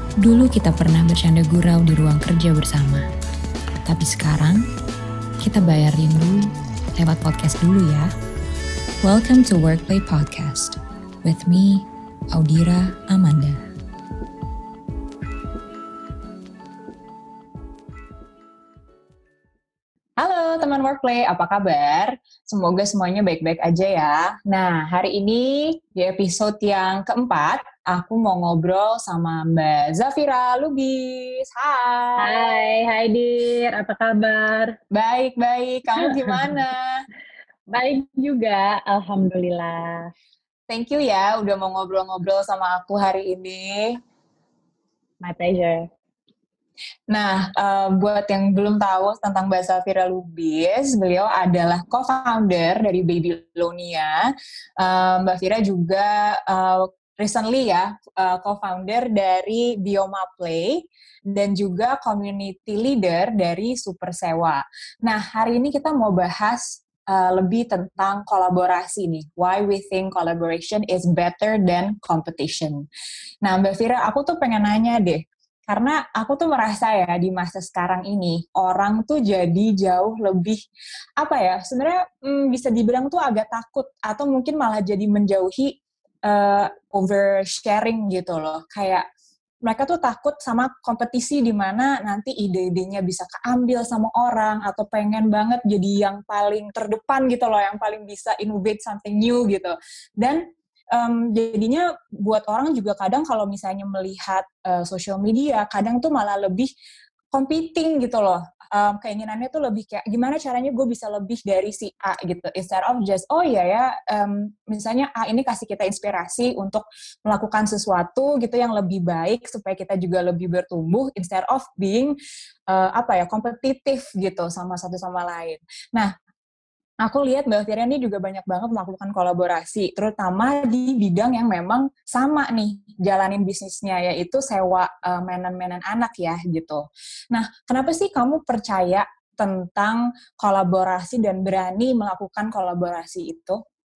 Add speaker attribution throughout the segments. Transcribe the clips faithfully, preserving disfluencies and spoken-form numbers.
Speaker 1: Dulu kita pernah bercanda gurau di ruang kerja bersama. Tapi sekarang, kita bayar rindu lewat podcast dulu ya. Welcome to Workplay Podcast. With me, Audira Amanda.
Speaker 2: Halo teman Workplay, apa kabar? Semoga semuanya baik-baik aja ya. Nah, hari ini di episode yang keempat, aku mau ngobrol sama Mbak Zafira Lubis. Hai.
Speaker 3: Hai, hai Dir, apa kabar?
Speaker 2: Baik-baik, kamu gimana?
Speaker 3: Baik juga, alhamdulillah.
Speaker 2: Thank you ya, udah mau ngobrol-ngobrol sama aku hari ini.
Speaker 3: My pleasure.
Speaker 2: Nah, uh, buat yang belum tahu tentang Mbak Zafira Lubis, beliau adalah co-founder dari Babylonia. Uh, Mbak Fira juga uh, recently ya uh, co-founder dari Bioma Play dan juga community leader dari Super Sewa. Nah, hari ini kita mau bahas uh, lebih tentang kolaborasi nih. Why we think collaboration is better than competition. Nah, Mbak Fira, aku tuh pengen nanya deh. Karena aku tuh merasa ya di masa sekarang ini orang tuh jadi jauh lebih apa ya sebenarnya hmm, bisa dibilang tuh agak takut atau mungkin malah jadi menjauhi uh, oversharing gitu loh. Kayak mereka tuh takut sama kompetisi di mana nanti ide-idenya bisa keambil sama orang atau pengen banget jadi yang paling terdepan gitu loh, yang paling bisa innovate something new gitu. Dan Um, jadinya buat orang juga kadang kalau misalnya melihat uh, social media, kadang tuh malah lebih competing gitu loh. Um, keinginannya tuh lebih kayak gimana caranya gue bisa lebih dari si A gitu. Instead of just, oh iya ya, um, misalnya A ini kasih kita inspirasi untuk melakukan sesuatu gitu yang lebih baik supaya kita juga lebih bertumbuh instead of being uh, apa ya kompetitif gitu sama satu sama lain. Nah, aku lihat Mbak Fira ini juga banyak banget melakukan kolaborasi, terutama di bidang yang memang sama nih jalanin bisnisnya, yaitu sewa uh, mainan-mainan anak ya gitu. Nah, kenapa sih kamu percaya tentang kolaborasi dan berani melakukan kolaborasi itu?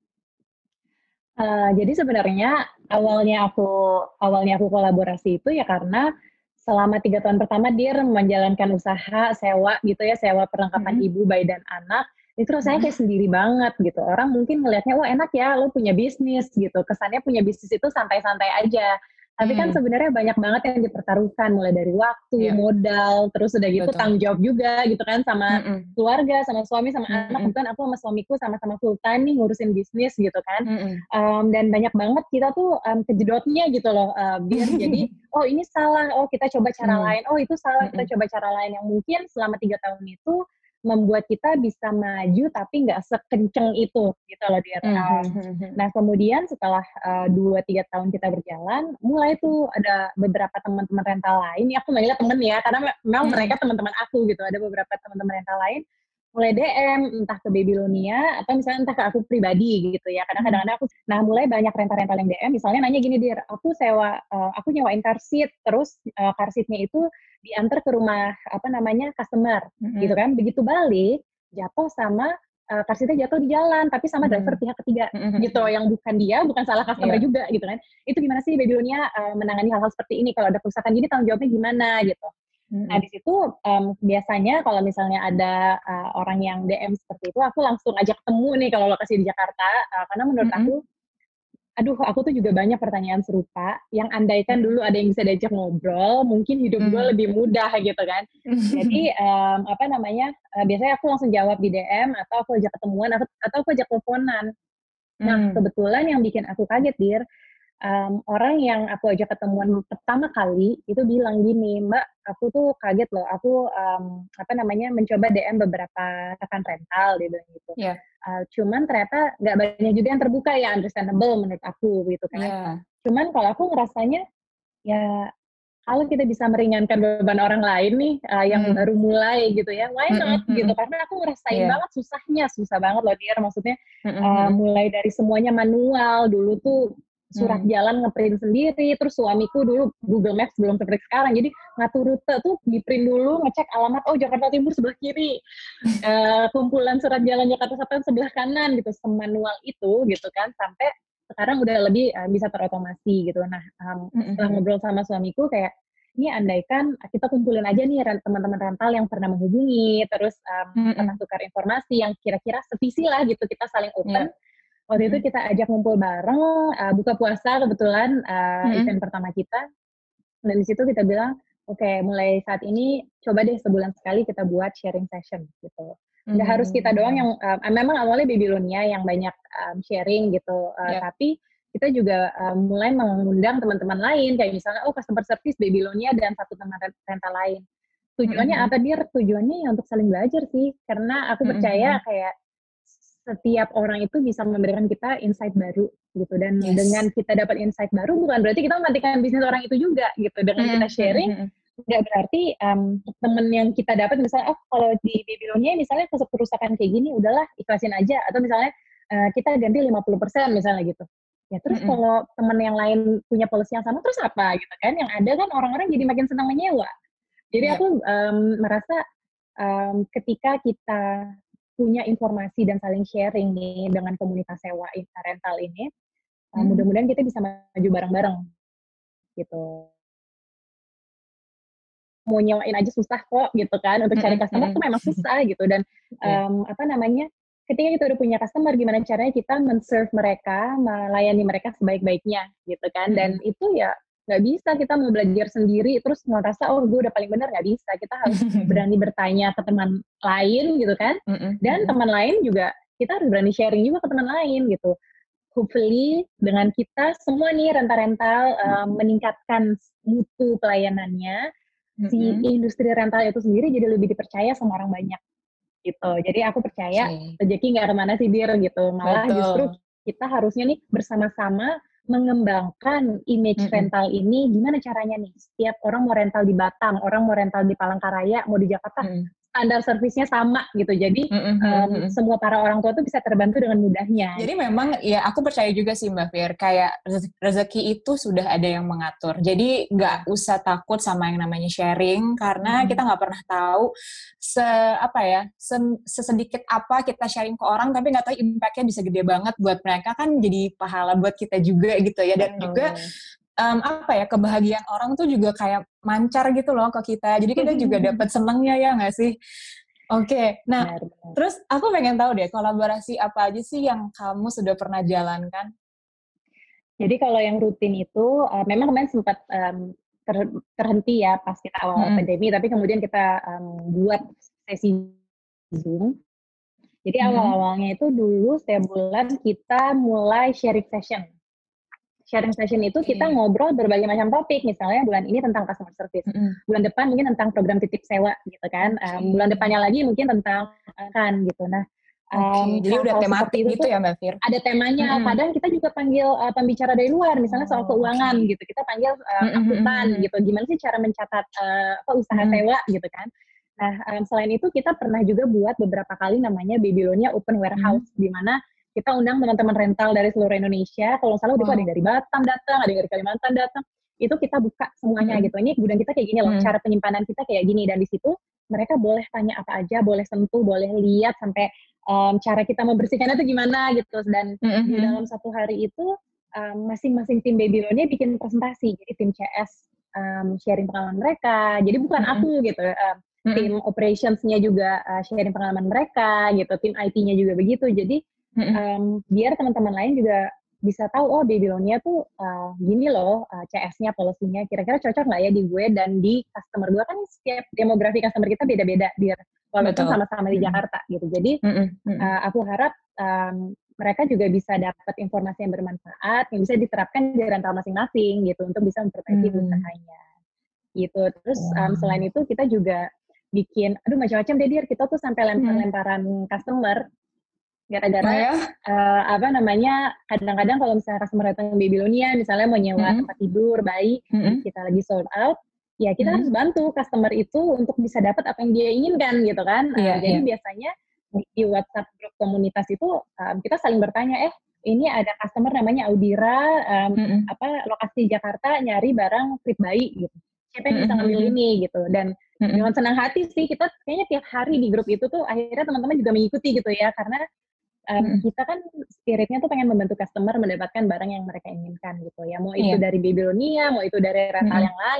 Speaker 3: Uh, jadi sebenarnya awalnya aku awalnya aku kolaborasi itu ya karena selama tiga tahun pertama Dir menjalankan usaha sewa gitu ya, sewa perlengkapan mm-hmm. ibu, bayi dan anak. Itu rasanya kayak sendiri banget gitu. Orang mungkin ngelihatnya, wah enak ya lo punya bisnis gitu. Kesannya punya bisnis itu santai-santai aja. Tapi hmm. kan sebenarnya banyak banget yang dipertaruhkan, mulai dari waktu, yeah. modal, terus udah gitu Betul. Tanggung jawab juga gitu kan sama Mm-mm. keluarga, sama suami, sama Mm-mm. anak. Bukan aku sama suamiku sama-sama full time nih ngurusin bisnis gitu kan. Um, dan banyak banget kita tuh um, kejedotnya gitu loh. Uh, biar jadi, oh ini salah, oh kita coba cara mm. lain, oh itu salah, Mm-mm. kita coba cara lain. Yang mungkin selama tiga tahun itu membuat kita bisa maju tapi nggak sekenceng itu gitu loh dia. Mm-hmm. Nah kemudian setelah uh, dua tiga tahun kita berjalan, mulai tuh ada beberapa teman-teman rental lain. Ini aku manggilnya temen ya, karena memang mm-hmm. mereka teman-teman aku gitu. Ada beberapa teman-teman rental lain mulai D M entah ke Babylonia atau misalnya entah ke aku pribadi gitu ya. Kadang-kadang aku, nah mulai banyak rental-rental yang D M. Misalnya nanya gini Dir, aku sewa, uh, aku nyewain car seat, terus uh, car seatnya itu diantar ke rumah apa namanya customer mm-hmm. gitu kan, begitu balik jatuh sama uh, car seatnya jatuh di jalan tapi sama driver mm-hmm. pihak ketiga mm-hmm. gitu, yang bukan dia, bukan salah customer yeah. juga gitu kan. Itu gimana sih Babylonia uh, menangani hal-hal seperti ini, kalau ada kerusakan gini tanggung jawabnya gimana gitu. Mm-hmm. Nah di situ um, biasanya kalau misalnya ada uh, orang yang D M seperti itu, aku langsung ajak ketemu nih kalau lokasi di Jakarta, uh, karena menurut mm-hmm. aku aduh, aku tuh juga banyak pertanyaan serupa yang andaikan dulu ada yang bisa diajak ngobrol, mungkin hidup gue mm. lebih mudah gitu kan. Jadi um, apa namanya, uh, biasanya aku langsung jawab di D M atau aku ajak ketemuan atau, atau aku ajak teleponan. Mm. Nah kebetulan yang bikin aku kaget Dir, um, orang yang aku ajak ketemuan pertama kali itu bilang gini, Mbak, aku tuh kaget loh, aku um, apa namanya mencoba D M beberapa rekan rental, dia bilang gitu. Yeah. Uh, cuman ternyata nggak banyak juga yang terbuka ya, understandable menurut aku gitu kan. Yeah. Cuman kalau aku ngerasanya ya kalau kita bisa meringankan beban orang lain nih uh, yang mm. baru mulai gitu ya, why not mm-hmm. gitu, karena aku ngerasain yeah. banget susahnya, susah banget loh Dir, maksudnya mm-hmm. uh, mulai dari semuanya manual, dulu tuh surat hmm. jalan ngeprint sendiri, terus suamiku dulu Google Maps belum seperti sekarang, jadi ngatur rute tuh di print dulu, ngecek alamat, oh Jakarta Timur sebelah kiri, uh, kumpulan surat jalan Jakarta Selatan sebelah kanan gitu, semanual itu gitu kan, sampai sekarang udah lebih uh, bisa terotomasi gitu. Nah um, mm-hmm. setelah ngobrol sama suamiku kayak, ini andaikan kita kumpulin aja nih teman-teman rental yang pernah menghubungi, terus um, pernah tukar informasi yang kira-kira sevisi lah gitu, kita saling open. Yeah. Waktu mm-hmm. itu kita ajak ngumpul bareng, uh, buka puasa kebetulan uh, mm-hmm. event pertama kita. Dan di situ kita bilang, oke okay, mulai saat ini coba deh sebulan sekali kita buat sharing session gitu. Nggak mm-hmm. harus kita doang yang, uh, memang awalnya Babylonia yang banyak um, sharing gitu, uh, yeah. tapi kita juga um, mulai mengundang teman-teman lain, kayak misalnya, oh customer service Babylonia dan satu teman rental lain. Tujuannya mm-hmm. apa dia? Tujuannya ya untuk saling belajar sih, karena aku percaya mm-hmm. kayak setiap orang itu bisa memberikan kita insight baru gitu, dan yes. dengan kita dapat insight baru bukan berarti kita mematikan bisnis orang itu juga gitu. Dengan mm-hmm. kita sharing nggak berarti um, temen yang kita dapat misalnya oh kalau di Babylonia misalnya kerusakan kayak gini udahlah ikhlasin aja, atau misalnya uh, kita ganti lima puluh persen misalnya gitu ya, terus mm-hmm. kalau temen yang lain punya policy yang sama terus apa gitu kan, yang ada kan orang-orang jadi makin senang menyewa. Jadi yeah. aku um, merasa um, ketika kita punya informasi dan saling sharing nih dengan komunitas sewa rental ini, hmm. uh, mudah-mudahan kita bisa maju bareng-bareng gitu. Mau nyewain aja susah kok gitu kan, untuk cari customer tuh memang susah gitu, dan um, apa namanya, ketika kita udah punya customer, gimana caranya kita men-serve mereka, melayani mereka sebaik-baiknya gitu kan, dan itu ya nggak bisa kita mau belajar sendiri terus merasa oh gue udah paling benar, nggak bisa. Kita harus berani bertanya ke teman lain gitu kan, dan teman lain juga kita harus berani sharing juga ke teman lain gitu. Hopefully dengan kita semua nih rental-rental um, meningkatkan mutu pelayanannya, mm-hmm. si industri rental itu sendiri jadi lebih dipercaya sama orang banyak gitu. Jadi aku percaya okay. rezeki nggak kemana sih Dir gitu, malah Betul. Justru kita harusnya nih bersama-sama mengembangkan image mm-hmm. rental ini. Gimana caranya nih, setiap orang mau rental di Batam, orang mau rental di Palangkaraya, mau di Jakarta, mm-hmm. standar servisnya sama gitu, jadi mm-hmm. um, semua para orang tua tuh bisa terbantu dengan mudahnya.
Speaker 2: Jadi memang ya aku percaya juga sih Mbak Fir, kayak rezeki itu sudah ada yang mengatur, jadi nggak usah takut sama yang namanya sharing, karena mm-hmm. kita nggak pernah tahu se apa ya se, sesedikit apa kita sharing ke orang, tapi nggak tahu impact-nya bisa gede banget buat mereka, kan jadi pahala buat kita juga gitu ya, dan Betul. Juga Um, apa ya, kebahagiaan orang tuh juga kayak mancar gitu loh ke kita, jadi kita juga dapat senengnya ya nggak sih? Oke, okay. Nah benar, benar. Terus aku pengen tahu deh, kolaborasi apa aja sih yang kamu sudah pernah jalankan?
Speaker 3: Jadi kalau yang rutin itu uh, memang kemarin sempat um, ter, terhenti ya pas kita awal hmm. pandemi, tapi kemudian kita um, buat sesi Zoom. Jadi hmm. awal-awalnya itu dulu setiap bulan kita mulai sharing session. Sharing session itu kita okay. ngobrol berbagai macam topik, misalnya bulan ini tentang customer service, mm-hmm. bulan depan mungkin tentang program titip sewa gitu kan, okay. um, bulan depannya lagi mungkin tentang kan gitu. Nah, um,
Speaker 2: okay. jadi udah tematik gitu ya Mbak Fir?
Speaker 3: Ada temanya, mm-hmm. kadang kita juga panggil uh, pembicara dari luar, misalnya soal keuangan okay. gitu, kita panggil uh, akuntan mm-hmm. gitu, gimana sih cara mencatat uh, apa usaha mm-hmm. sewa gitu kan. Nah, um, selain itu kita pernah juga buat beberapa kali namanya Babylonia Open Warehouse, mm-hmm. di mana kita undang teman-teman rental dari seluruh Indonesia. Kalau nggak salah wow. itu ada yang dari Batam datang, ada yang dari Kalimantan datang. Itu kita buka semuanya hmm. gitu. Ini gudang kita kayak gini loh, hmm. cara penyimpanan kita kayak gini. Dan di situ mereka boleh tanya apa aja, boleh sentuh, boleh lihat sampai um, cara kita membersihkannya itu gimana gitu. Dan hmm. di dalam satu hari itu um, masing-masing tim Babylonia bikin presentasi. Jadi tim C S um, sharing pengalaman mereka. Jadi bukan hmm. aku gitu. Um, hmm. Tim operations-nya juga uh, sharing pengalaman mereka gitu. Tim I T-nya juga begitu. Jadi Um, biar teman-teman lain juga bisa tahu, oh Babylonia tuh uh, gini loh uh, C S-nya, policy-nya, kira-kira cocok nggak ya di gue dan di customer gue, kan setiap demografi customer kita beda-beda, biar walaupun sama-sama di Jakarta gitu. Jadi uh, aku harap um, mereka juga bisa dapat informasi yang bermanfaat, yang bisa diterapkan di rental masing-masing gitu, untuk bisa memperbaiki hmm. usahanya gitu. Terus um, selain itu kita juga bikin, aduh macam-macam deh Dir, kita tuh sampai lempar-lemparan hmm. customer. Gara-gara oh, ya? uh, apa namanya, kadang-kadang kalau misalnya customer datang ke Babylonia, misalnya mau nyewa mm-hmm. tempat tidur bayi, mm-hmm. kita lagi sold out, ya kita mm-hmm. harus bantu customer itu untuk bisa dapat apa yang dia inginkan gitu kan. Yeah, uh, jadi yeah. biasanya di WhatsApp grup komunitas itu um, kita saling bertanya, eh ini ada customer namanya Audira, um, mm-hmm. apa lokasi Jakarta nyari barang trip bayi gitu. Siapa yang bisa ngambil mm-hmm. ini gitu. Dan mm-hmm. dengan senang hati sih kita kayaknya tiap hari di grup itu tuh akhirnya teman-teman juga mengikuti gitu ya, karena Um, hmm. kita kan spiritnya tuh pengen membantu customer mendapatkan barang yang mereka inginkan gitu ya, mau itu yeah. dari Babylonia, mau itu dari rental hmm. yang lain,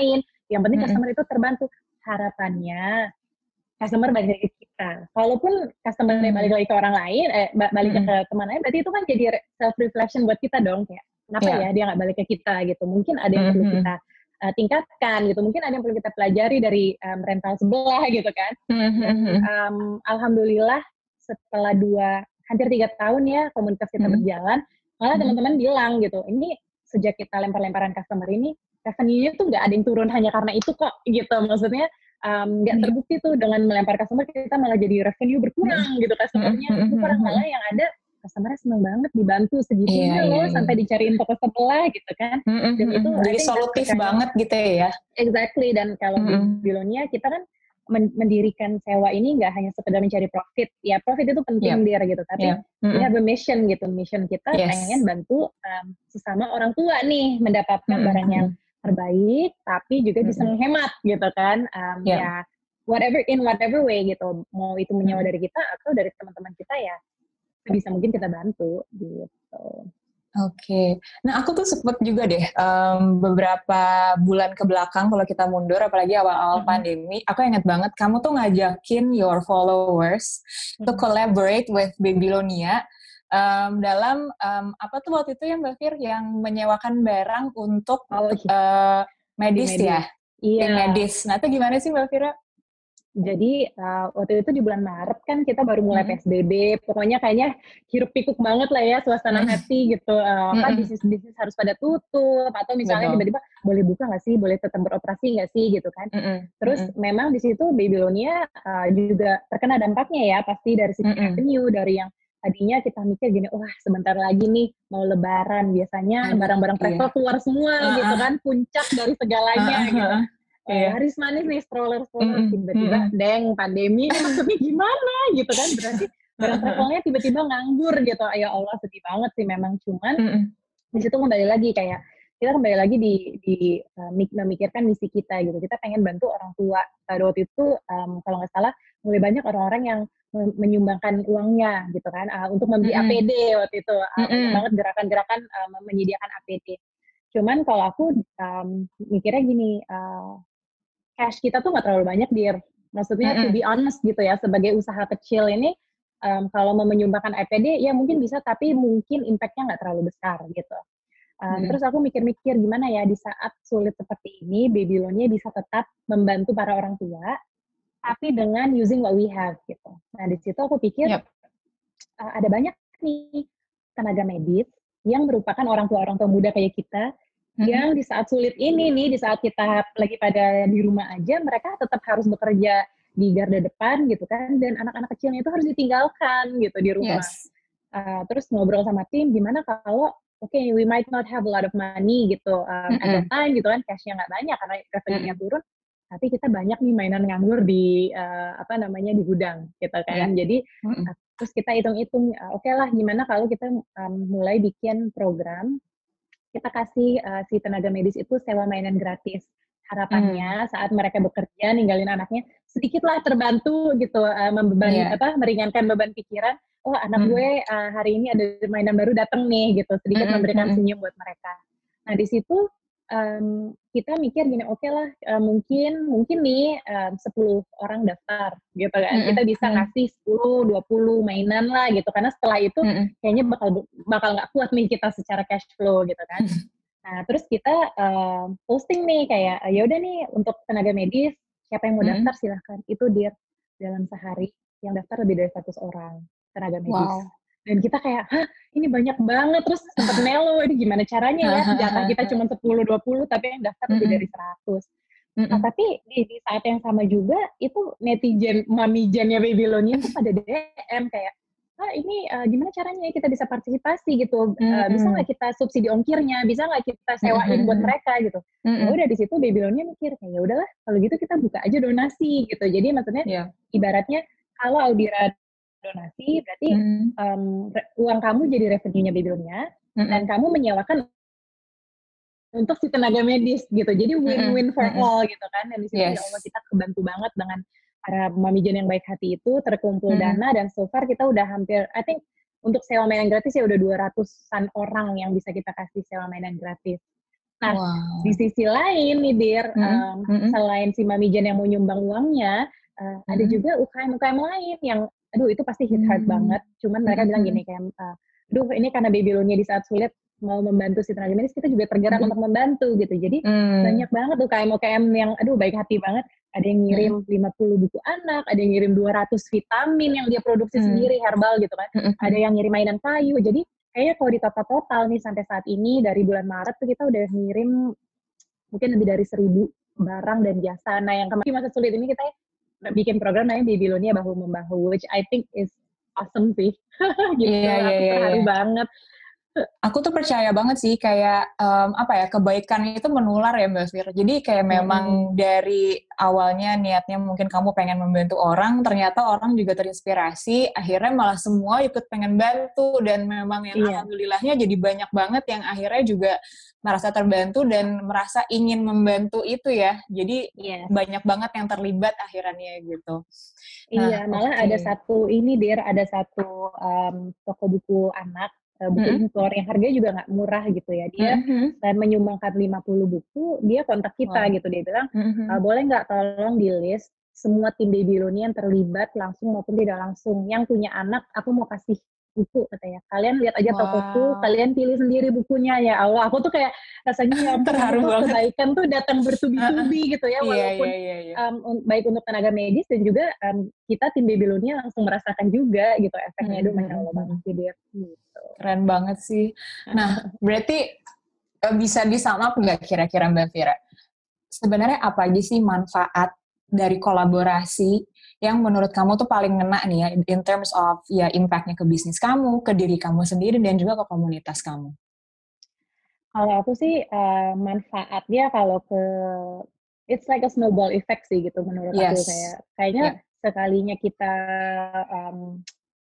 Speaker 3: Yang penting
Speaker 2: Mm-mm.
Speaker 3: customer itu terbantu. Harapannya customer balik lagi ke kita. Kalaupun customer
Speaker 2: Mm.
Speaker 3: balik lagi ke orang lain, eh balik
Speaker 2: Mm-mm.
Speaker 3: ke teman lain, berarti itu kan jadi self reflection buat kita dong, kayak kenapa
Speaker 2: Yeah.
Speaker 3: ya dia nggak balik ke kita gitu. Mungkin ada yang perlu
Speaker 2: Mm-mm.
Speaker 3: kita uh, tingkatkan gitu. Mungkin ada yang perlu kita pelajari dari um, rental sebelah gitu kan. Dan
Speaker 2: Mm-mm.
Speaker 3: um, alhamdulillah setelah dua hampir tiga tahun ya komunitas kita
Speaker 2: Mm-mm.
Speaker 3: berjalan, malah
Speaker 2: Mm-mm.
Speaker 3: teman-teman bilang gitu, ini sejak kita lempar-lemparan customer ini, revenue-nya tuh nggak ada yang turun hanya karena itu kok gitu. Maksudnya nggak um, terbukti tuh dengan melempar customer kita malah jadi revenue berkurang gitu customernya. Itu kurang, malah yang ada customernya seneng banget dibantu segitunya
Speaker 2: Iya,
Speaker 3: loh,
Speaker 2: iya, iya.
Speaker 3: sampai dicariin toko sebelah gitu kan.
Speaker 2: Mm-mm.
Speaker 3: Dan itu
Speaker 2: Jadi solutif banget gitu ya.
Speaker 3: Exactly. Dan kalau di Babylonia kita kan mendirikan sewa ini nggak hanya sekedar mencari profit. Ya profit itu penting dia gitu, tapi
Speaker 2: Yep. Mm-mm.
Speaker 3: we have a mission gitu. Mission kita
Speaker 2: Yes.
Speaker 3: pengen bantu um, sesama orang tua nih mendapatkan
Speaker 2: Mm-mm.
Speaker 3: barang yang terbaik, tapi juga bisa
Speaker 2: Mm-mm.
Speaker 3: menghemat gitu kan. Um,
Speaker 2: Yep.
Speaker 3: Ya whatever in whatever way gitu. Mau itu menyewa
Speaker 2: Mm-mm.
Speaker 3: dari kita atau dari teman-teman kita ya bisa mungkin kita bantu gitu.
Speaker 2: Oke, okay. Nah aku tuh sempet juga deh um, beberapa bulan ke belakang kalau kita mundur, apalagi awal-awal mm-hmm. pandemi, aku ingat banget kamu tuh ngajakin your followers mm-hmm. to collaborate with Babylonia um, dalam um, apa tuh waktu itu yang Mbak Fir yang menyewakan barang untuk
Speaker 3: oh,
Speaker 2: uh, medis, medis ya,
Speaker 3: iya.
Speaker 2: medis. Nah itu gimana sih Mbak Fira?
Speaker 3: Jadi uh, waktu itu di bulan Maret kan kita baru mulai hmm. P S B B, pokoknya kayaknya hiruk pikuk banget lah ya, suasana hmm. hati gitu, uh, hmm. apa bisnis-bisnis harus pada tutup, atau misalnya Betul. tiba-tiba boleh buka nggak sih, boleh tetap beroperasi nggak sih gitu kan. Hmm. Terus hmm. memang di situ Babylonia uh, juga terkena dampaknya ya, pasti dari sisi hmm. revenue, dari yang tadinya kita mikir gini, wah sebentar lagi nih mau lebaran, biasanya Aduh, barang-barang travel iya. keluar semua uh-uh. gitu kan, puncak dari segalanya uh-uh. gitu.
Speaker 2: Iya.
Speaker 3: Laris manis nih stroller-stroller
Speaker 2: mm-mm.
Speaker 3: tiba-tiba mm-mm. deng pandemi ini maksudnya gimana gitu kan, berarti barang travelnya tiba-tiba nganggur gitu. Ya Allah sedih banget sih memang, cuman mm-mm. di situ kembali lagi kayak kita kembali lagi di, di uh, memikirkan misi kita gitu. Kita pengen bantu orang tua. Pada waktu itu um, kalau nggak salah mulai banyak orang-orang yang menyumbangkan uangnya gitu kan uh, untuk membeli mm-hmm. A P D waktu itu uh, mm-hmm. banyak banget gerakan-gerakan uh, menyediakan A P D. Cuman kalau aku um, mikirnya gini, uh, cash kita tuh nggak terlalu banyak, Dir. Maksudnya mm-hmm. to be honest gitu ya, sebagai usaha kecil ini um, kalau mau menyumbangkan A P D ya mungkin bisa, tapi mungkin impact-nya nggak terlalu besar gitu. Um, mm-hmm. Terus aku mikir-mikir gimana ya di saat sulit seperti ini, Babylonia bisa tetap membantu para orang tua, tapi dengan using what we have gitu. Nah di situ aku pikir yep. uh, ada banyak nih tenaga medis yang merupakan orang tua-orang tua muda kayak kita, mm-hmm. yang di saat sulit ini nih, di saat kita lagi pada di rumah aja, mereka tetap harus bekerja di garda depan gitu kan, dan anak-anak kecilnya itu harus ditinggalkan gitu di rumah. Yes. Uh, terus ngobrol sama tim, gimana kalau, oke, okay, we might not have a lot of money gitu, um, mm-hmm. at that time gitu kan, cash-nya nggak banyak karena revenue-nya mm-hmm. turun, tapi kita banyak nih mainan nganggur di, uh, apa namanya, di gudang gitu kan. Yeah. Jadi, mm-hmm. uh, terus kita hitung-hitung, uh, oke okay lah, gimana kalau kita um, mulai bikin program, kita kasih uh, si tenaga medis itu sewa mainan gratis. Harapannya hmm. saat mereka bekerja ninggalin anaknya, sedikitlah terbantu gitu, uh, membebani yeah. apa meringankan beban pikiran. Oh anak hmm. gue uh, hari ini ada mainan baru datang nih gitu, sedikit hmm. memberikan hmm. senyum buat mereka. Nah di situ um, kita mikir gini, oke okay lah uh, mungkin mungkin nih um, sepuluh orang daftar gitu kan, hmm. kita bisa hmm. ngasih sepuluh dua puluh mainan lah gitu, karena setelah itu hmm. kayaknya bakal bakal nggak kuat nih kita secara cash flow gitu kan. Nah, terus kita uh, posting nih kayak, ya udah nih untuk tenaga medis, siapa yang mau daftar mm-hmm. silahkan. Itu dia dalam sehari yang daftar lebih dari seratus orang tenaga medis. Wow. Dan kita kayak, hah ini banyak banget, terus sempat melo, ini gimana caranya ya, jatah kita cuma sepuluh dua puluh, tapi yang daftar lebih dari seratus. Mm-hmm. Nah, tapi di, di saat yang sama juga, itu netizen, mamijannya Babylonia itu pada D M kayak, ah ini uh, gimana caranya kita bisa partisipasi gitu, mm-hmm. uh, bisa nggak kita subsidi ongkirnya, bisa nggak kita sewain mm-hmm. buat mereka gitu. Mm-hmm. Ya udah di situ Babylonia mikir kayak ya udahlah kalau gitu kita buka aja donasi gitu. Jadi maksudnya yeah. ibaratnya kalau Audira donasi berarti mm-hmm. um, re- uang kamu jadi revenue-nya Babylonia mm-hmm. dan kamu menyewakan untuk si tenaga medis gitu. Jadi win-win mm-hmm. for mm-hmm. all gitu kan. Dan di situ yes. ya Allah kita kebantu banget dengan para mamijan yang baik hati itu, terkumpul hmm. dana, dan so far kita udah hampir, I think untuk sewa mainan gratis ya udah dua ratusan orang yang bisa kita kasih sewa mainan gratis. Nah,
Speaker 2: Wow.
Speaker 3: di sisi lain nih, Dir,
Speaker 2: Mm-mm.
Speaker 3: um,
Speaker 2: Mm-mm.
Speaker 3: selain si Mami Jen yang mau nyumbang uangnya, uh,
Speaker 2: Mm-mm.
Speaker 3: ada juga U K M-U K M lain yang, aduh itu pasti hit hard
Speaker 2: Mm-mm.
Speaker 3: banget. Cuman mereka
Speaker 2: Mm-mm.
Speaker 3: bilang gini, kayak, uh, aduh ini karena Babylonnya di saat sulit mau membantu si tenaga medis, kita juga tergerak
Speaker 2: Mm-mm.
Speaker 3: untuk membantu gitu. Jadi
Speaker 2: Mm.
Speaker 3: banyak banget U K M-U K M yang, aduh baik hati banget. Ada yang ngirim
Speaker 2: Mm-mm.
Speaker 3: lima puluh buku anak, ada yang ngirim dua ratus vitamin yang dia produksi
Speaker 2: Mm.
Speaker 3: sendiri, herbal gitu kan.
Speaker 2: Mm-mm.
Speaker 3: Ada yang ngirim mainan kayu. Jadi kayaknya kalau di total-total nih sampai saat ini dari bulan Maret tuh kita udah ngirim mungkin lebih dari seribu barang dan jasa. Nah yang kemarin masa sulit ini kita bikin program namanya Babylonia Bahu Membahu, which I think is awesome sih. Gitu,
Speaker 2: Iya, iya,
Speaker 3: aku
Speaker 2: iya,
Speaker 3: terharu
Speaker 2: iya.
Speaker 3: banget.
Speaker 2: Aku tuh percaya banget sih kayak um, apa ya, kebaikan itu menular ya Mbak Fir. Jadi kayak memang
Speaker 3: Mm-mm.
Speaker 2: dari awalnya niatnya mungkin kamu pengen membantu orang, ternyata orang juga terinspirasi, akhirnya malah semua ikut pengen bantu, dan memang yang
Speaker 3: Iya.
Speaker 2: alhamdulillahnya jadi banyak banget yang akhirnya juga merasa terbantu dan merasa ingin membantu itu ya. Jadi
Speaker 3: Yes.
Speaker 2: banyak banget yang terlibat akhirnya gitu.
Speaker 3: Iya,
Speaker 2: Nah,
Speaker 3: malah
Speaker 2: okay.
Speaker 3: ada satu ini Dir, ada satu um, toko buku anak, uh, buku
Speaker 2: Mm-hmm.
Speaker 3: impor yang harganya juga nggak murah gitu ya. Dia
Speaker 2: Mm-hmm.
Speaker 3: selain menyumbangkan lima puluh buku, dia kontak kita
Speaker 2: Wow.
Speaker 3: gitu. Dia bilang,
Speaker 2: Mm-hmm.
Speaker 3: uh, boleh nggak tolong di list semua tim Babylonia yang terlibat langsung maupun tidak langsung. Yang punya anak, aku mau kasih buku katanya. Kalian lihat aja
Speaker 2: Wow.
Speaker 3: tokoku, kalian pilih sendiri bukunya ya Allah. Aku tuh kayak rasanya ya ampun,
Speaker 2: Terharu
Speaker 3: tuh
Speaker 2: banget.
Speaker 3: kebaikan tuh datang bertubi-tubi gitu ya, walaupun
Speaker 2: iya, iya, iya.
Speaker 3: Um, baik untuk tenaga medis dan juga um, kita tim Babylonia langsung merasakan juga gitu efeknya. Aduh, Masya Allah banget sih dia. Gitu.
Speaker 2: Keren banget sih. Nah, berarti bisa di-sum up nggak kira-kira Mbak Fira? Sebenarnya apa aja sih manfaat dari kolaborasi yang menurut kamu tuh paling ngena nih ya, in terms of ya impact-nya ke bisnis kamu, ke diri kamu sendiri, dan juga ke komunitas kamu?
Speaker 3: Kalau aku sih uh, manfaatnya kalau ke it's like a snowball effect sih gitu menurut
Speaker 2: yes.
Speaker 3: aku, kayak kayaknya yeah. sekalinya kita um,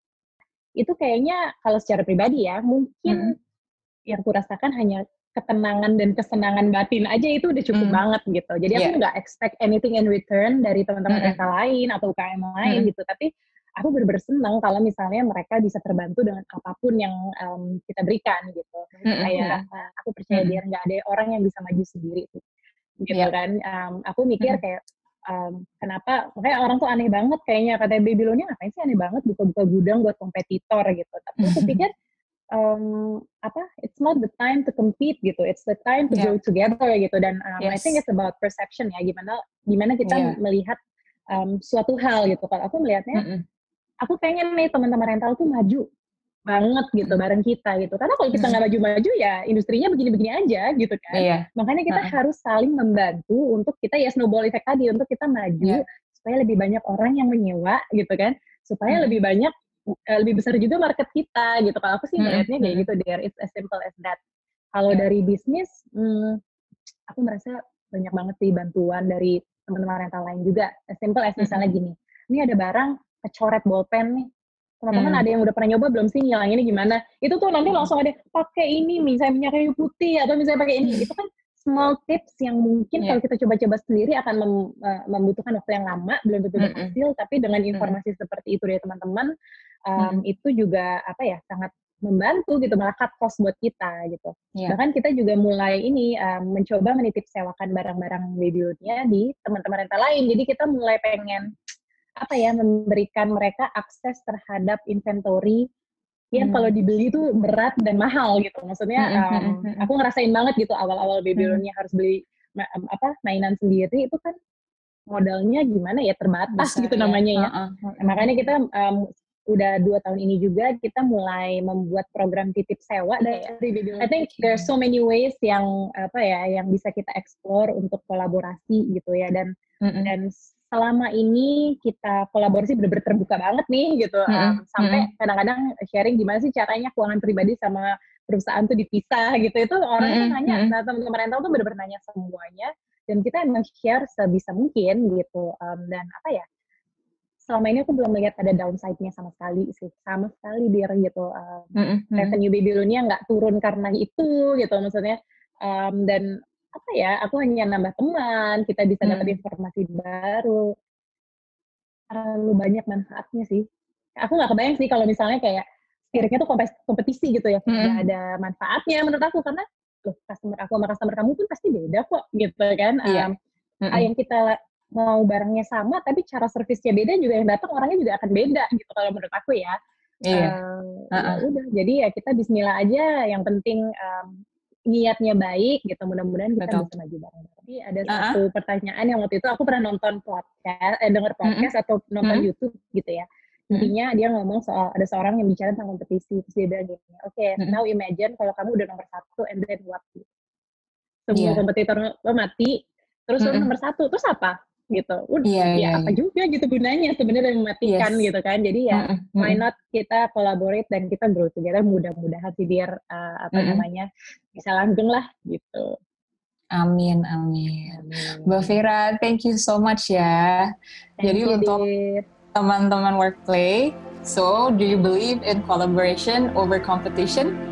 Speaker 3: itu kayaknya kalau secara pribadi ya mungkin mm-hmm. yang kurasakan hanya ketenangan dan kesenangan batin aja itu udah cukup mm. banget gitu. Jadi yeah. aku nggak expect anything in return dari teman-teman mm-hmm. mereka lain atau U K M lain mm-hmm. gitu. Tapi aku bener-bener senang kalau misalnya mereka bisa terbantu dengan apapun yang um, kita berikan gitu. Mm-hmm. Kayak uh, aku percaya mm-hmm. biar nggak ada orang yang bisa maju sendiri tuh. Gitu yeah. kan. Um, aku mikir mm-hmm. kayak um, kenapa, makanya orang tuh aneh banget kayaknya, katanya Babylonia ngapain sih aneh banget buka-buka gudang buat kompetitor gitu. Tapi aku pikir Um, apa? It's not the time to compete gitu. It's the time to yeah. grow together gitu. Dan um, yes. I think it's about perception ya. Gimana gimana kita yeah. melihat um, suatu hal gitu. Kalau aku melihatnya, mm-mm. aku pengen nih teman-teman rental tuh maju banget gitu mm-hmm. bareng kita gitu. Karena kalau kita nggak mm-hmm. maju-maju ya industrinya begini-begini aja gitu kan. Yeah. Makanya kita uh-uh. harus saling membantu untuk kita ya snowball effect tadi, untuk kita maju yeah. supaya lebih banyak orang yang menyewa gitu kan. Supaya mm-hmm. lebih banyak lebih besar juga market kita gitu. Kalau aku sih melihatnya mm-hmm. kayak gitu, there it's as simple as that. Kalau yeah. dari bisnis, hmm, aku merasa banyak banget sih bantuan dari teman-teman rental lain juga. As simple as misalnya mm-hmm. gini, ini ada barang kecoret bolpen nih, teman-teman mm. ada yang udah pernah nyoba belum sih ngilanginnya gimana? Itu tuh nanti mm. langsung ada pakai ini, misalnya minyak kayu putih atau misalnya pakai ini. Mm. Itu kan small tips yang mungkin yeah. kalau kita coba-coba sendiri akan mem, uh, membutuhkan waktu yang lama, belum tentu berhasil, mm-hmm. tapi dengan informasi mm-hmm. seperti itu dari teman-teman, um, hmm. itu juga apa ya sangat membantu gitu, malah cut cost buat kita gitu. Yeah. Bahkan kita juga mulai ini um, mencoba menitip sewakan barang-barang Babylonia di teman-teman rental lain. Jadi kita mulai pengen apa ya memberikan mereka akses terhadap inventory yang hmm. kalau dibeli itu berat dan mahal gitu. Maksudnya um, aku ngerasain banget gitu awal-awal Babylonia hmm. harus beli um, apa mainan sendiri itu kan modalnya gimana ya terbatas besar, gitu ya. namanya ya. Uh-uh. Nah, makanya kita um, udah dua tahun ini juga kita mulai membuat program titip sewa dari Babylonia. I think there's so many ways yang apa ya yang bisa kita explore untuk kolaborasi gitu ya, dan mm-hmm. dan selama ini kita kolaborasi benar-benar terbuka banget nih gitu. Mm-hmm. Um, sampai mm-hmm. kadang-kadang sharing gimana sih caranya keuangan pribadi sama perusahaan tuh dipisah gitu. Itu orang mm-hmm. nanya, nah teman-teman rental tuh benar-benar nanya semuanya, dan kita emang share sebisa mungkin gitu. Um, dan apa ya? Selama ini aku belum melihat ada downside-nya sama sekali sih, sama sekali dia gitu. Um, mm-hmm. Revenue Babylonia nggak turun karena itu gitu, maksudnya. Um, dan apa ya, aku hanya nambah teman, kita bisa dapat mm. informasi baru. Terlalu banyak manfaatnya sih. Aku nggak kebayang sih kalau misalnya kayak spiritnya tuh kompetisi gitu ya, nggak mm. ada manfaatnya menurut aku, karena loh customer aku sama customer kamu pun pasti beda kok gitu kan.
Speaker 2: Iya.
Speaker 3: Um,
Speaker 2: Mm-mm.
Speaker 3: yang kita mau barangnya sama tapi cara servisnya beda juga, yang datang orangnya juga akan beda gitu kalau menurut aku ya.
Speaker 2: Iya.
Speaker 3: Um,
Speaker 2: Uh-uh.
Speaker 3: Ya udah, jadi ya kita bismillah aja, yang penting um, niatnya baik gitu, mudah-mudahan kita
Speaker 2: Betul.
Speaker 3: bisa maju bareng. Tapi ada
Speaker 2: Uh-uh.
Speaker 3: satu pertanyaan yang waktu itu aku pernah nonton podcast, eh denger podcast
Speaker 2: Mm-mm.
Speaker 3: atau nonton
Speaker 2: Mm-mm.
Speaker 3: YouTube gitu ya. Intinya dia ngomong soal ada seorang yang bicara tentang kompetisi, terus dia bilang gini, oke, okay,
Speaker 2: Mm-mm.
Speaker 3: now imagine kalau kamu udah nomor satu, and then what? Semua
Speaker 2: Iya.
Speaker 3: kompetitor lo mati, terus lo
Speaker 2: Mm-mm.
Speaker 3: nomor satu, terus apa? Gitu. Udah,
Speaker 2: Iya,
Speaker 3: ya
Speaker 2: iya,
Speaker 3: apa
Speaker 2: iya.
Speaker 3: juga gitu gunanya sebenarnya mematikan
Speaker 2: Yes.
Speaker 3: gitu kan. Jadi ya
Speaker 2: Mm-mm.
Speaker 3: why
Speaker 2: Mm-mm.
Speaker 3: not kita collaborate dan kita grow together, mudah-mudahan sih biar uh, apa
Speaker 2: Mm-mm.
Speaker 3: namanya bisa langgeng lah gitu.
Speaker 2: Amin, amin.
Speaker 3: Amin.
Speaker 2: Mbak Fira, thank you so much ya.
Speaker 3: Thank
Speaker 2: Jadi
Speaker 3: you,
Speaker 2: untuk
Speaker 3: Dit.
Speaker 2: teman-teman Workplay, so do you believe in collaboration over competition?